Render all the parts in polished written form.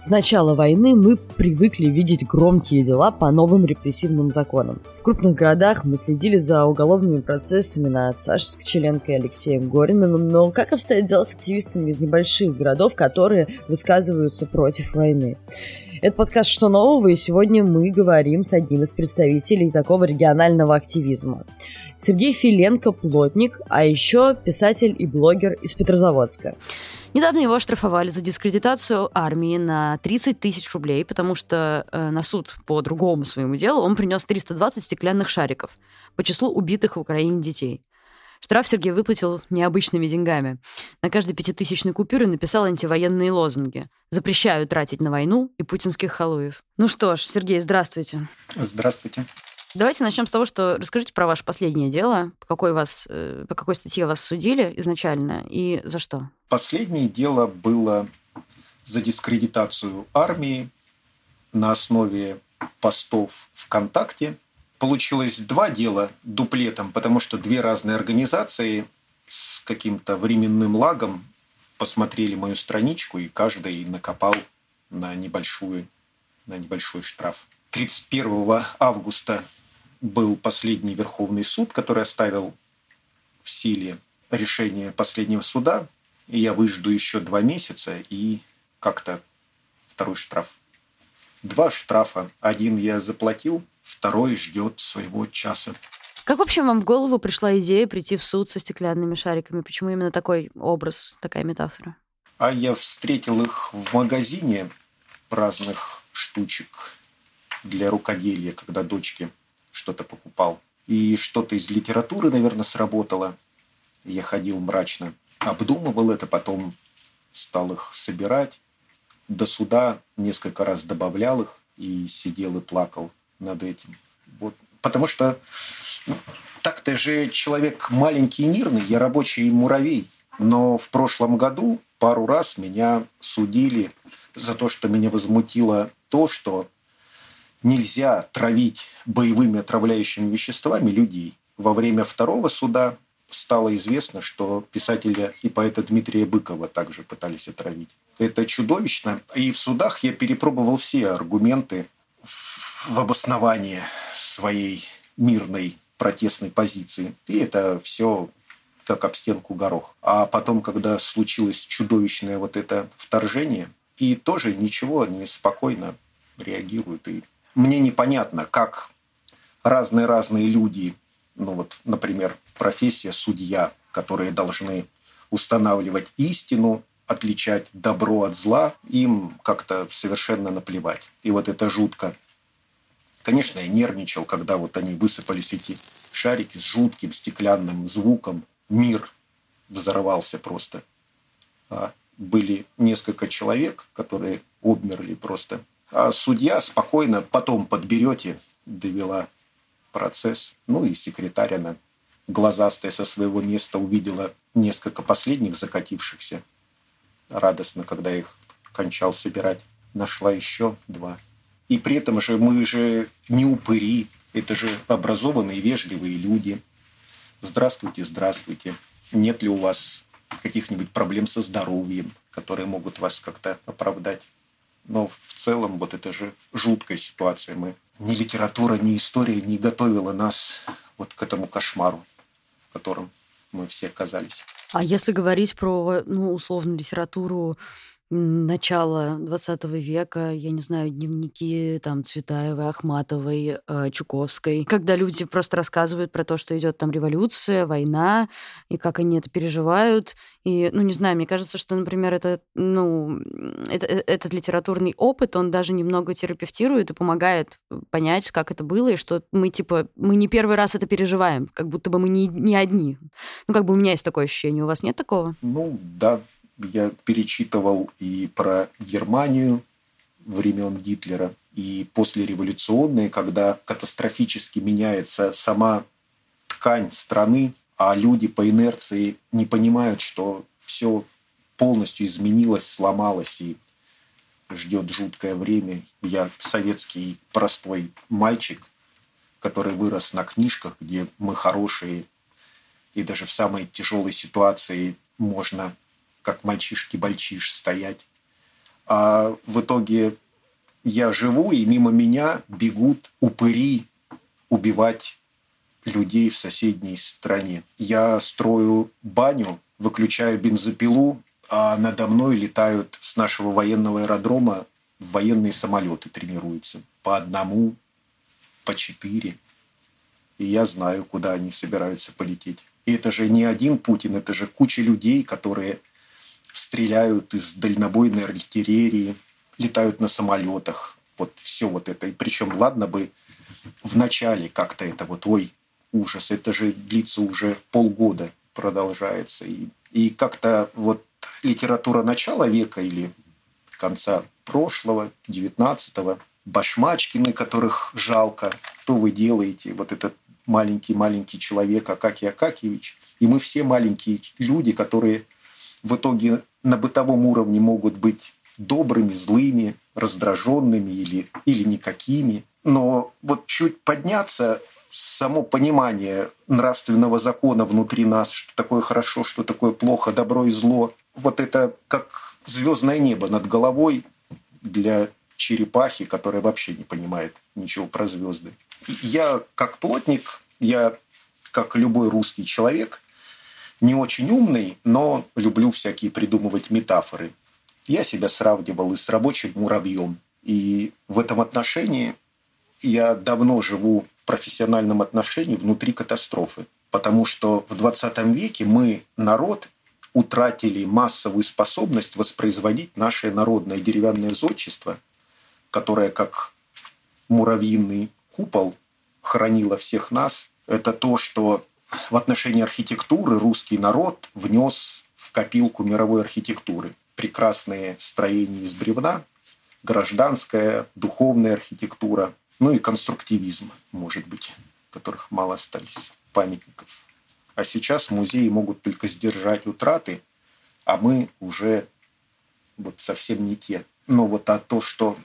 С начала войны мы привыкли видеть громкие дела по новым репрессивным законам. В крупных городах мы следили за уголовными процессами над Сашей Скочеленко и Алексеем Гориновым, но как обстоят дела с активистами из небольших городов, которые высказываются против войны? Это подкаст «Что нового?», и сегодня мы говорим с одним из представителей такого регионального активизма. Сергей Филенко – плотник, а еще писатель и блогер из Петрозаводска. Недавно его оштрафовали за дискредитацию армии на 30 тысяч рублей, потому что на суд по другому своему делу он принес 320 стеклянных шариков по числу убитых в Украине детей. Штраф Сергей выплатил необычными деньгами. На каждой 5000-ной купюре написал антивоенные лозунги. «Запрещаю тратить на войну» и «Путинских халуев». Ну что ж, Сергей, здравствуйте. Здравствуйте. Давайте начнем с того, что расскажите про ваше последнее дело, по какой статье вас судили изначально и за что? Последнее дело было за дискредитацию армии на основе постов ВКонтакте. Получилось 2 дела дуплетом, потому что 2 разные организации с каким-то временным лагом посмотрели мою страничку, и каждый накопал на небольшой штраф. 31 августа был последний Верховный суд, который оставил в силе решение последнего суда. И я выжду еще 2 месяца и как-то второй штраф. 2 штрафа. 1 я заплатил, 2 ждет своего часа. Как вообще вам в голову пришла идея прийти в суд со стеклянными шариками? Почему именно такой образ, такая метафора? А я встретил их в магазине разных штучек для рукоделия, когда дочке что-то покупал. И что-то из литературы, наверное, сработало. Я ходил мрачно, обдумывал это, потом стал их собирать. До суда несколько раз добавлял их и сидел и плакал над этим. Вот. Потому что так-то же человек маленький и мирный, я рабочий муравей. Но в прошлом году пару раз меня судили за то, что меня возмутило то, что нельзя травить боевыми отравляющими веществами людей. Во время 2 суда стало известно, что писателя и поэта Дмитрия Быкова также пытались отравить. Это чудовищно. И в судах я перепробовал все аргументы в обосновании своей мирной протестной позиции. И это все как об стенку горох. А потом, когда случилось чудовищное вот это вторжение, и тоже ничего, они спокойно реагируют. И мне непонятно, как разные люди, например, профессия судья, которые должны устанавливать истину, отличать добро от зла, им как-то совершенно наплевать. И вот это жутко. Конечно, я нервничал, когда вот они высыпались, эти шарики с жутким стеклянным звуком. Мир взорвался просто. Были несколько человек, которые обмерли просто. А судья спокойно потом подберете, довела процесс. И секретарь, она глазастая со своего места увидела несколько последних закатившихся. Радостно, когда их кончал собирать. Нашла еще 2. И при этом же мы же не упыри. Это же образованные, вежливые люди. Здравствуйте, здравствуйте. Нет ли у вас каких-нибудь проблем со здоровьем, которые могут вас как-то оправдать? Но в целом вот это же жуткая ситуация. Ни литература, ни история не готовила нас вот к этому кошмару, в котором мы все оказались. А если говорить про, условно, литературу начала 20 века, я не знаю, дневники Цветаевой, Ахматовой, Чуковской, когда люди просто рассказывают про то, что идет революция, война, и как они это переживают. И, не знаю, мне кажется, что, например, этот литературный опыт, он даже немного терапевтирует и помогает понять, как это было, и что мы не первый раз это переживаем, как будто бы мы не одни. У меня есть такое ощущение. У вас нет такого? Да. Я перечитывал и про Германию времен Гитлера, и послереволюционные, когда катастрофически меняется сама ткань страны, а люди по инерции не понимают, что все полностью изменилось, сломалось и ждет жуткое время. Я советский простой мальчик, который вырос на книжках, где мы хорошие, и даже в самой тяжелой ситуации можно как мальчишки-бальчиш стоять. А в итоге я живу, и мимо меня бегут упыри убивать людей в соседней стране. Я строю баню, выключаю бензопилу, а надо мной летают с нашего военного аэродрома военные самолеты, тренируются. По одному, по 4. И я знаю, куда они собираются полететь. И это же не один Путин, это же куча людей, которые стреляют из дальнобойной артиллерии, летают на самолетах. Вот все вот это. И причем, ладно бы в начале как-то это вот, ой, ужас, это же длится уже полгода, продолжается. И как-то вот литература начала века или конца прошлого, 19-го, Башмачкины, которых жалко, что вы делаете, вот этот маленький человек Акакий Акакиевич. И мы все маленькие люди, которые в итоге на бытовом уровне могут быть добрыми, злыми, раздраженными или никакими. Но вот чуть подняться, само понимание нравственного закона внутри нас, что такое хорошо, что такое плохо, добро и зло, вот это как звездное небо над головой для черепахи, которая вообще не понимает ничего про звезды. Я как плотник, я как любой русский человек, не очень умный, но люблю всякие придумывать метафоры. Я себя сравнивал и с рабочим муравьем. И в этом отношении я давно живу в профессиональном отношении внутри катастрофы. Потому что в 20 веке мы, народ, утратили массовую способность воспроизводить наше народное деревянное зодчество, которое, как муравьиный купол, хранило всех нас. Это то, что в отношении архитектуры русский народ внес в копилку мировой архитектуры. Прекрасные строения из бревна, гражданская, духовная архитектура, ну и конструктивизм, может быть, которых мало остались памятников. А сейчас музеи могут только сдержать утраты, а мы уже вот совсем не те. Но вот то, что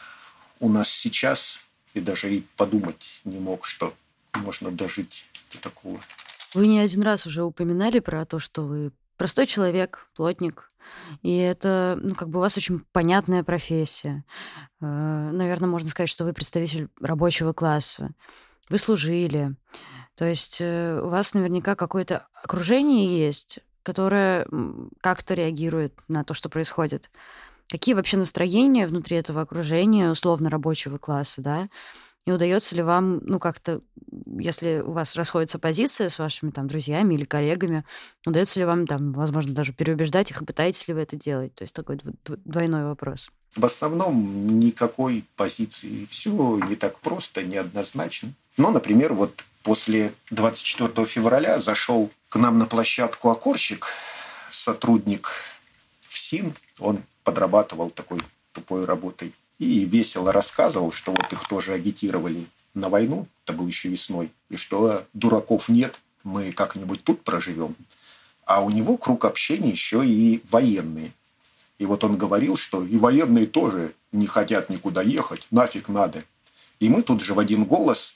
у нас сейчас, и даже и подумать не мог, что можно дожить до такого. Вы не один раз уже упоминали про то, что вы простой человек, плотник, и это, у вас очень понятная профессия. Наверное, можно сказать, что вы представитель рабочего класса. Вы служили. То есть у вас наверняка какое-то окружение есть, которое как-то реагирует на то, что происходит. Какие вообще настроения внутри этого окружения, условно рабочего класса, да? И удается ли вам, как-то, если у вас расходится позиция с вашими друзьями или коллегами, удается ли вам, возможно, даже переубеждать их, и пытаетесь ли вы это делать? То есть такой двойной вопрос. В основном никакой позиции. Все не так просто, неоднозначно. Но, например, вот после 24 февраля зашел к нам на площадку окорщик, сотрудник ФСИН. Он подрабатывал такой тупой работой. И весело рассказывал, что вот их тоже агитировали на войну, это было еще весной, и что дураков нет, мы как-нибудь тут проживем. А у него круг общения еще и военные. И вот он говорил, что и военные тоже не хотят никуда ехать, нафиг надо. И мы тут же в один голос,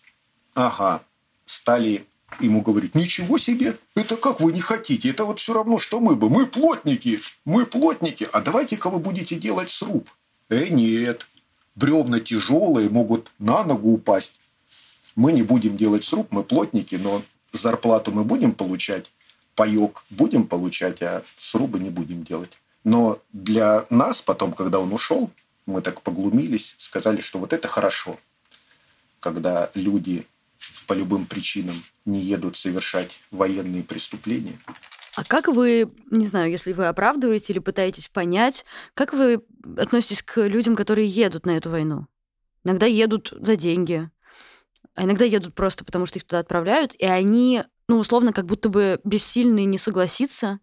стали ему говорить: ничего себе, это как вы не хотите, это вот все равно, что мы плотники, а давайте-ка вы будете делать сруб. Нет, бревна тяжелые, могут на ногу упасть. Мы не будем делать сруб, мы плотники, но зарплату мы будем получать, паёк будем получать, а срубы не будем делать. Но для нас потом, когда он ушел, мы так поглумились, сказали, что вот это хорошо, когда люди по любым причинам не едут совершать военные преступления. А как вы, не знаю, если вы оправдываете или пытаетесь понять, как вы относитесь к людям, которые едут на эту войну? Иногда едут за деньги, а иногда едут просто потому, что их туда отправляют, и они, условно, как будто бы бессильны не согласиться.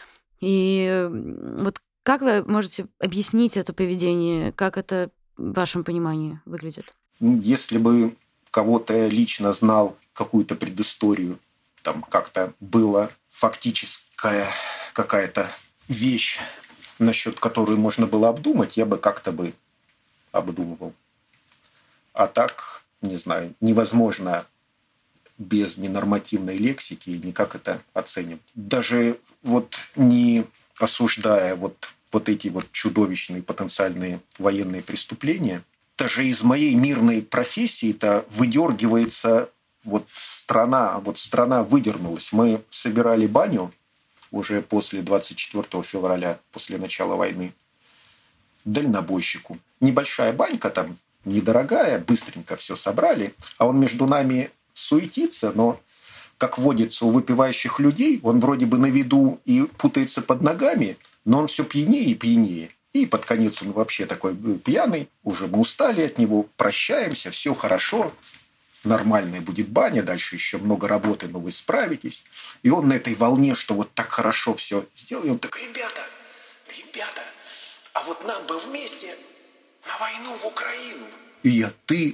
И вот как вы можете объяснить это поведение, как это в вашем понимании выглядит? Если бы кого-то я лично знал, какую-то предысторию, там как-то было фактическая какая-то вещь, насчет которой можно было обдумать, я бы как-то бы обдумывал. А так, не знаю, невозможно без ненормативной лексики никак это оценивать. Даже вот не осуждая вот вот эти вот чудовищные потенциальные военные преступления. Даже из моей мирной профессии-то выдергивается страна выдернулась. Мы собирали баню уже после 24 февраля, после начала войны, дальнобойщику. Небольшая банька там, недорогая, быстренько все собрали, а он между нами суетится, но, как водится у выпивающих людей, он вроде бы на виду и путается под ногами, но он все пьянее и пьянее. И под конец он вообще такой пьяный, уже мы устали от него, прощаемся, все хорошо, нормальная будет баня, дальше еще много работы, но вы справитесь. И он на этой волне, что вот так хорошо все сделал, и он такой: ребята, а вот нам бы вместе на войну в Украину. И я: ты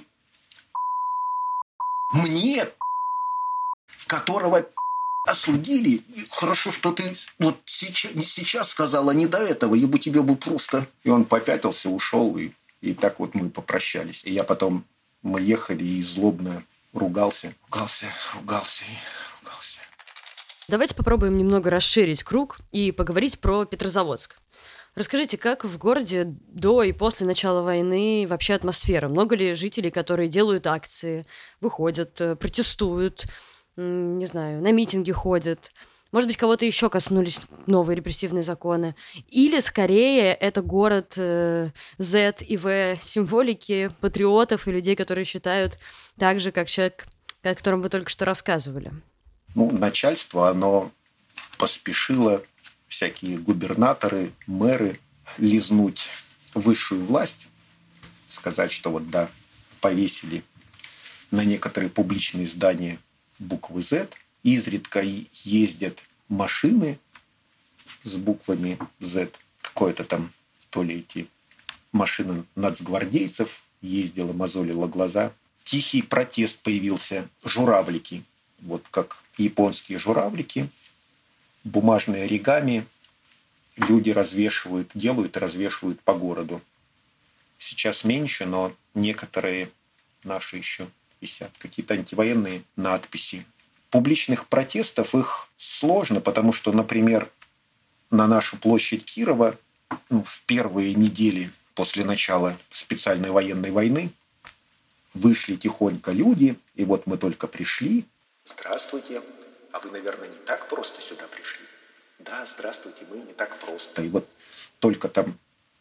мне, которого осудили, и хорошо, что ты вот сейчас сказала, не до этого, я бы тебе просто... И он попятился, ушел, и так вот мы попрощались. И я потом, мы ехали, и злобно ругался. Давайте попробуем немного расширить круг и поговорить про Петрозаводск. Расскажите, как в городе до и после начала войны вообще атмосфера? Много ли жителей, которые делают акции, выходят, протестуют, не знаю, на митинги ходят? Может быть, кого-то еще коснулись новые репрессивные законы? Или, скорее, это город Z и V символики, патриотов и людей, которые считают так же, как человек, о котором вы только что рассказывали? Начальство, оно поспешило, всякие губернаторы, мэры, лизнуть высшую власть, сказать, что вот да, повесили на некоторые публичные здания буквы Z, изредка ездят машины с буквами Z, какое-то там, то ли эти машины нацгвардейцев ездила, мозолила глаза. Тихий протест появился, журавлики, вот как японские журавлики, бумажные оригами люди делают и развешивают по городу. Сейчас меньше, но некоторые наши еще висят. Какие-то антивоенные надписи. Публичных протестов их сложно, потому что, например, на нашу площадь Кирова в первые недели после начала специальной военной войны вышли тихонько люди, и вот мы только пришли. Здравствуйте. А вы, наверное, не так просто сюда пришли? Да, здравствуйте, мы не так просто. И вот только там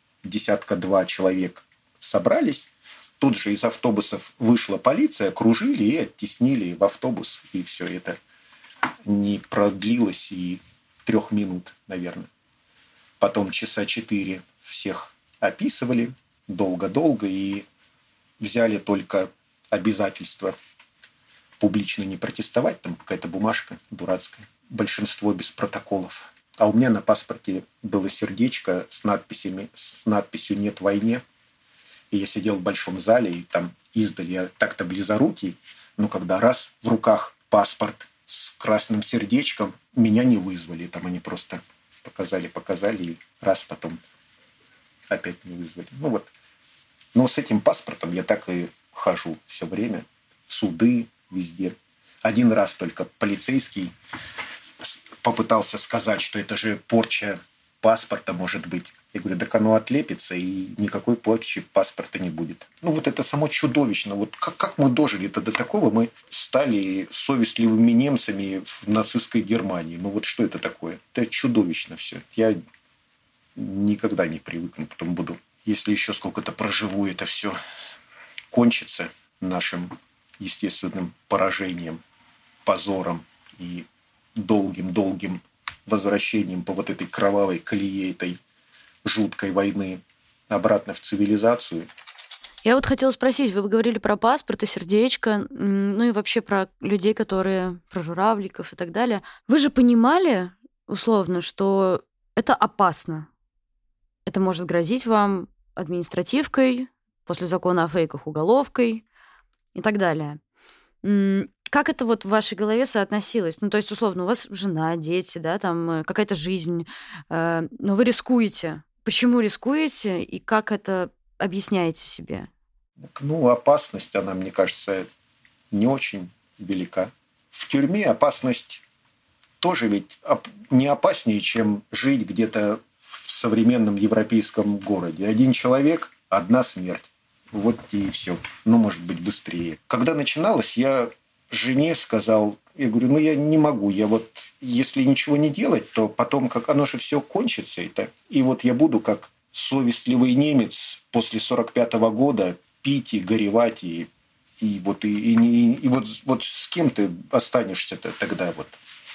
10-2 человек собрались, тут же из автобусов вышла полиция, окружили и оттеснили в автобус. И все это не продлилось и 3 минут, наверное. Потом часа 4 всех описывали долго-долго и взяли только обязательство публично не протестовать, там какая-то бумажка дурацкая, большинство без протоколов. А у меня на паспорте было сердечко с надписью «Нет войне». И я сидел в большом зале, и там издали я так-то близорукий, но когда раз в руках паспорт с красным сердечком, меня не вызвали. Там они просто показали, и раз потом опять не вызвали. Но с этим паспортом я так и хожу все время в суды, везде. Один раз только полицейский попытался сказать, что это же порча паспорта может быть. Я говорю, так оно отлепится, и никакой порчи паспорта не будет. Это само чудовищно. Как мы дожили-то до такого? Мы стали совестливыми немцами в нацистской Германии. Что это такое? Это чудовищно все. Я никогда не привыкну. Потом буду, если еще сколько-то проживу, это все кончится нашим естественным поражением, позором и долгим возвращением по вот этой кровавой колее этой жуткой войны обратно в цивилизацию. Я хотела спросить, вы говорили про паспорт и сердечко, и вообще про людей, про журавликов и так далее. Вы же понимали, условно, что это опасно. Это может грозить вам административкой, после закона о фейках уголовкой и так далее. Как это в вашей голове соотносилось? То есть, условно, у вас жена, дети, да, там какая-то жизнь, но вы рискуете. Почему рискуете и как это объясняете себе? Опасность, она, мне кажется, не очень велика. В тюрьме опасность тоже ведь не опаснее, чем жить где-то в современном европейском городе. Один человек, одна смерть. Вот и все. Ну, может быть, быстрее. Когда начиналось, я жене сказал, я говорю, я не могу. Я вот, если ничего не делать, то потом, как оно же все кончится. И вот я буду, как совестливый немец после 45-го года, пить и горевать, и вот с кем ты останешься-то тогда вот.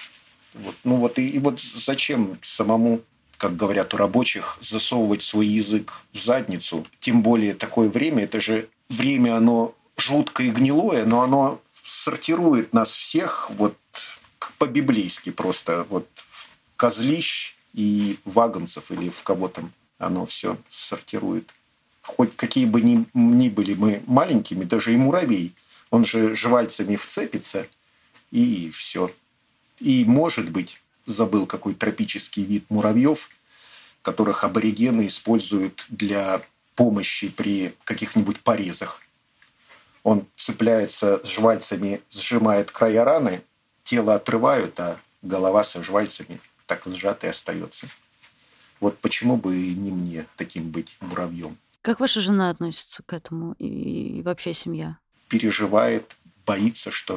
И вот зачем самому, как говорят у рабочих, засовывать свой язык в задницу? Тем более такое время, это же время, оно жуткое и гнилое, но оно сортирует нас всех вот по-библейски просто. Вот в козлищ и вагонцев или в кого там оно все сортирует. Хоть какие бы ни были мы маленькими, даже и муравей, он же жвальцами вцепится, и все. И, может быть, забыл какой тропический вид муравьев, которых аборигены используют для помощи при каких-нибудь порезах. Он цепляется с жвальцами, сжимает края раны, тело отрывают, а голова со жвальцами так сжатой остается. Вот почему бы не мне таким быть муравьем? Как ваша жена относится к этому и вообще семья? Переживает, боится, что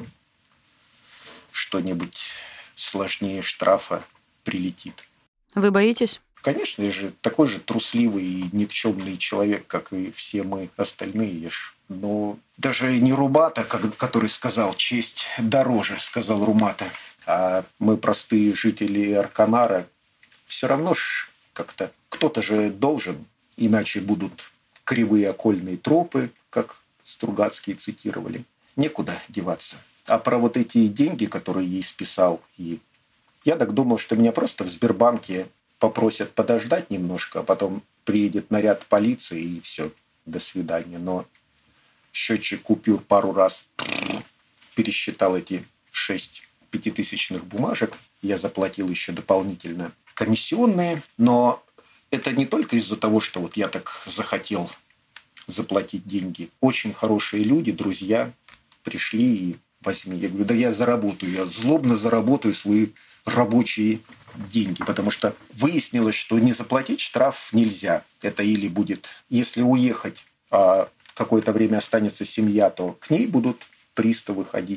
что-нибудь сложнее штрафа прилетит. Вы боитесь? Конечно, я же такой же трусливый и никчемный человек, как и все мы остальные. Но даже не Рубата, который сказал «честь дороже», сказал Румата, а мы, простые жители Арканара, все равно ж как-то кто-то же должен, иначе будут кривые окольные тропы, как Стругацкие цитировали. Некуда деваться. А про вот эти деньги, которые ей списал, и я так думал, что меня просто в Сбербанке попросят подождать немножко, а потом приедет наряд полиции и все, до свидания. Но счетчик купюр пару раз пересчитал эти 6 пятитысячных бумажек. Я заплатил еще дополнительно комиссионные, но это не только из-за того, что вот я так захотел заплатить деньги. Очень хорошие люди, друзья пришли и возьми. Я говорю, да я заработаю, я злобно заработаю свои рабочие деньги, потому что выяснилось, что не заплатить штраф нельзя. Это или будет, если уехать, а какое-то время останется семья, то к ней будут приставы ходить,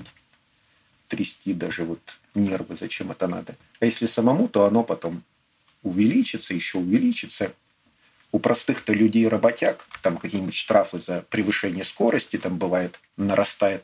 трясти даже вот нервы, зачем это надо. А если самому, то оно потом увеличится, еще увеличится. У простых-то людей-работяг там какие-нибудь штрафы за превышение скорости там бывает, нарастает.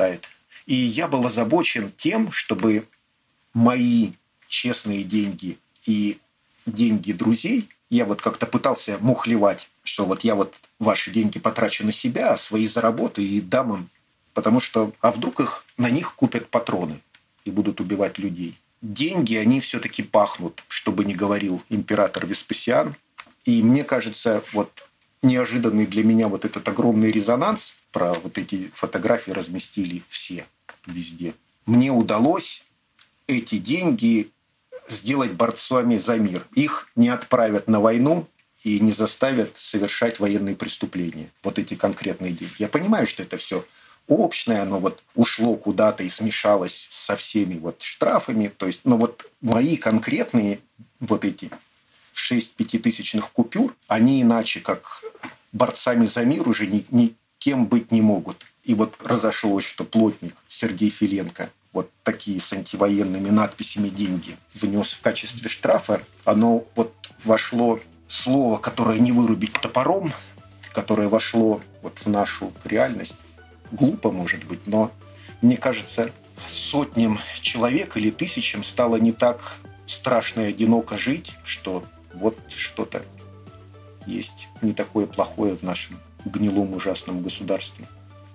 И я был озабочен тем, чтобы мои честные деньги и деньги друзей, я вот как-то пытался мухлевать, что вот я вот ваши деньги потрачу на себя, а свои заработаю и дам им, потому что, а вдруг на них купят патроны и будут убивать людей. Деньги, они все-таки пахнут, что бы ни говорил император Веспасиан. И мне кажется, вот неожиданный для меня вот этот огромный резонанс, про вот эти фотографии разместили все везде. Мне удалось эти деньги сделать борцами за мир. Их не отправят на войну и не заставят совершать военные преступления. Вот эти конкретные деньги. Я понимаю, что это все общее, оно вот ушло куда-то и смешалось со всеми вот штрафами. То есть, но вот мои конкретные вот эти 6 пятитысячных купюр, они иначе как борцами за мир уже никем быть не могут. И вот разошлось, что плотник Сергей Филенко вот такие с антивоенными надписями деньги внес в качестве штрафа. Оно вот вошло, слово, которое не вырубить топором, которое вошло вот в нашу реальность. Глупо, может быть, но мне кажется, сотням человек или тысячам стало не так страшно и одиноко жить, что вот что-то есть не такое плохое в нашем гнилом ужасном государстве.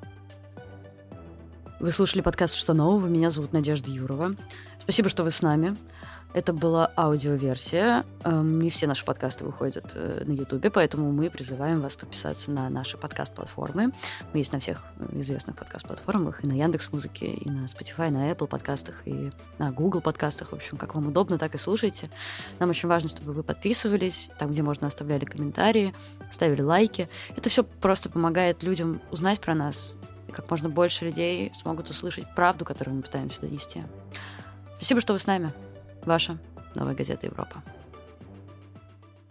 Вы слушали подкаст «Что нового?». Меня зовут Надежда Юрова. Спасибо, что вы с нами. Это была аудиоверсия. Не все наши подкасты выходят на Ютубе, поэтому мы призываем вас подписаться на наши подкаст-платформы. Мы есть на всех известных подкаст-платформах, и на Яндекс.Музыке, и на Spotify, на Apple подкастах, и на Google подкастах. В общем, как вам удобно, так и слушайте. Нам очень важно, чтобы вы подписывались, там, где можно, оставляли комментарии, ставили лайки. Это все просто помогает людям узнать про нас, и как можно больше людей смогут услышать правду, которую мы пытаемся донести. Спасибо, что вы с нами. Ваша Новая газета Европа.